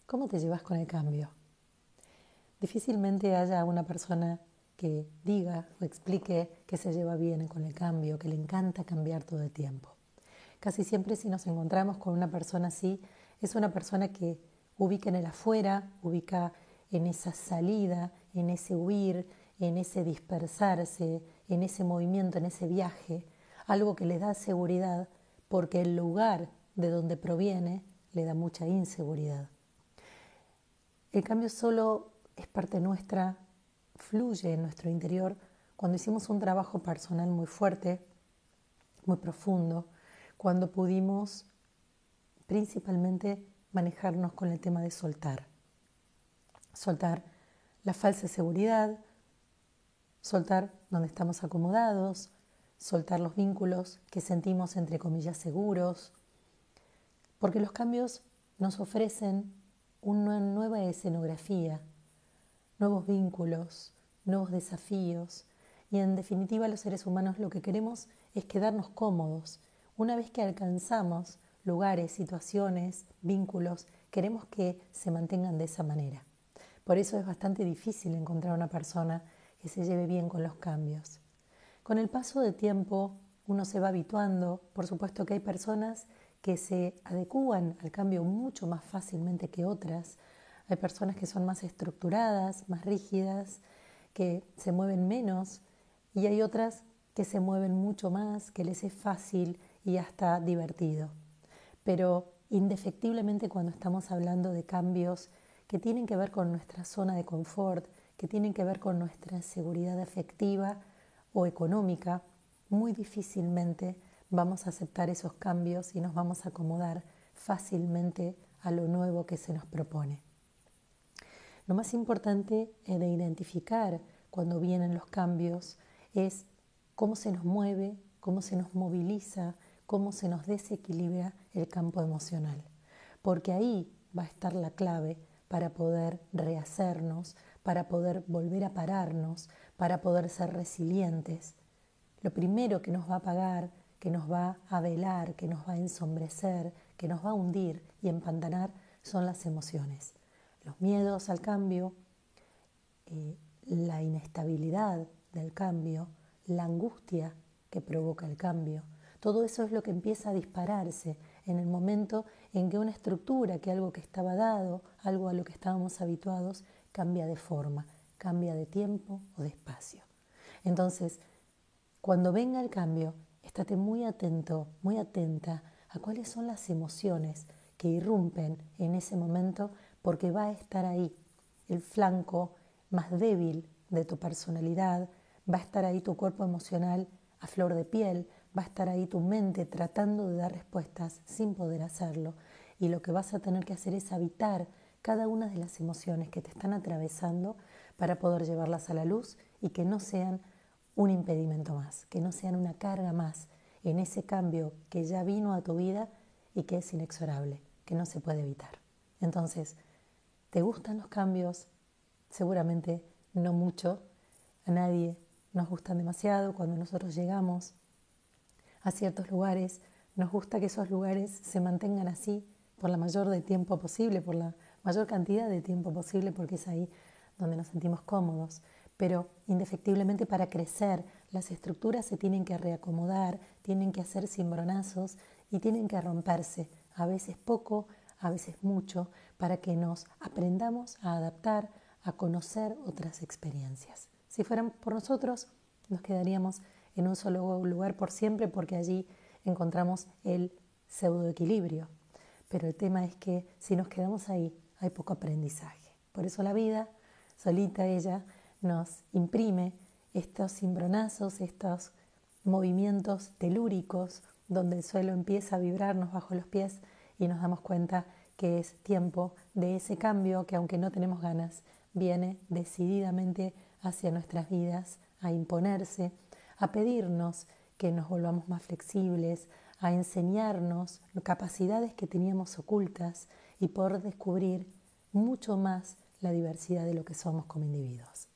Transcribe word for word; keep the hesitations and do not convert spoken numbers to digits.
¿Cómo te llevas con el cambio? Difícilmente haya una persona que diga o explique que se lleva bien con el cambio, que le encanta cambiar todo el tiempo. Casi siempre si nos encontramos con una persona así, es una persona que ubica en el afuera, ubica en esa salida, en ese huir, en ese dispersarse, en ese movimiento, en ese viaje, algo que le da seguridad porque el lugar de donde proviene le da mucha inseguridad. El cambio solo es parte nuestra, fluye en nuestro interior cuando hicimos un trabajo personal muy fuerte, muy profundo, cuando pudimos principalmente manejarnos con el tema de soltar. Soltar la falsa seguridad, soltar donde estamos acomodados, soltar los vínculos que sentimos entre comillas seguros, porque los cambios nos ofrecen una nueva escenografía, nuevos vínculos, nuevos desafíos y en definitiva los seres humanos lo que queremos es quedarnos cómodos. Una vez que alcanzamos lugares, situaciones, vínculos, queremos que se mantengan de esa manera. Por eso es bastante difícil encontrar una persona que se lleve bien con los cambios. Con el paso del tiempo uno se va habituando, por supuesto que hay personas que se adecúan al cambio mucho más fácilmente que otras. Hay personas que son más estructuradas, más rígidas, que se mueven menos y hay otras que se mueven mucho más, que les es fácil y hasta divertido. Pero indefectiblemente cuando estamos hablando de cambios que tienen que ver con nuestra zona de confort, que tienen que ver con nuestra seguridad afectiva o económica, muy difícilmente vamos a aceptar esos cambios y nos vamos a acomodar fácilmente a lo nuevo que se nos propone. Lo más importante de identificar cuando vienen los cambios es cómo se nos mueve, cómo se nos moviliza, cómo se nos desequilibra el campo emocional. Porque ahí va a estar la clave para poder rehacernos, para poder volver a pararnos, para poder ser resilientes. Lo primero que nos va a apagar, que nos va a velar, que nos va a ensombrecer, que nos va a hundir y empantanar son las emociones. Los miedos al cambio, eh, la inestabilidad del cambio, la angustia que provoca el cambio. Todo eso es lo que empieza a dispararse en el momento en que una estructura, que algo que estaba dado, algo a lo que estábamos habituados, cambia de forma, cambia de tiempo o de espacio. Entonces, cuando venga el cambio, estate muy atento, muy atenta a cuáles son las emociones que irrumpen en ese momento, porque va a estar ahí el flanco más débil de tu personalidad, va a estar ahí tu cuerpo emocional a flor de piel, va a estar ahí tu mente tratando de dar respuestas sin poder hacerlo. Y lo que vas a tener que hacer es habitar cada una de las emociones que te están atravesando para poder llevarlas a la luz y que no sean un impedimento más, que no sean una carga más en ese cambio que ya vino a tu vida y que es inexorable, que no se puede evitar. Entonces, ¿te gustan los cambios? Seguramente no mucho. A nadie nos gustan demasiado. Cuando nosotros llegamos a ciertos lugares, nos gusta que esos lugares se mantengan así por la mayor de tiempo posible, por la mayor cantidad de tiempo posible, porque es ahí donde nos sentimos cómodos. Pero indefectiblemente para crecer las estructuras se tienen que reacomodar, tienen que hacer cimbronazos y tienen que romperse, a veces poco, a veces mucho, para que nos aprendamos a adaptar, a conocer otras experiencias. Si fueran por nosotros, nos quedaríamos en un solo lugar por siempre porque allí encontramos el pseudoequilibrio. Pero el tema es que si nos quedamos ahí, hay poco aprendizaje. Por eso la vida, solita ella, nos imprime estos cimbronazos, estos movimientos telúricos donde el suelo empieza a vibrarnos bajo los pies y nos damos cuenta que es tiempo de ese cambio que, aunque no tenemos ganas, viene decididamente hacia nuestras vidas a imponerse, a pedirnos que nos volvamos más flexibles, a enseñarnos capacidades que teníamos ocultas y por descubrir mucho más la diversidad de lo que somos como individuos.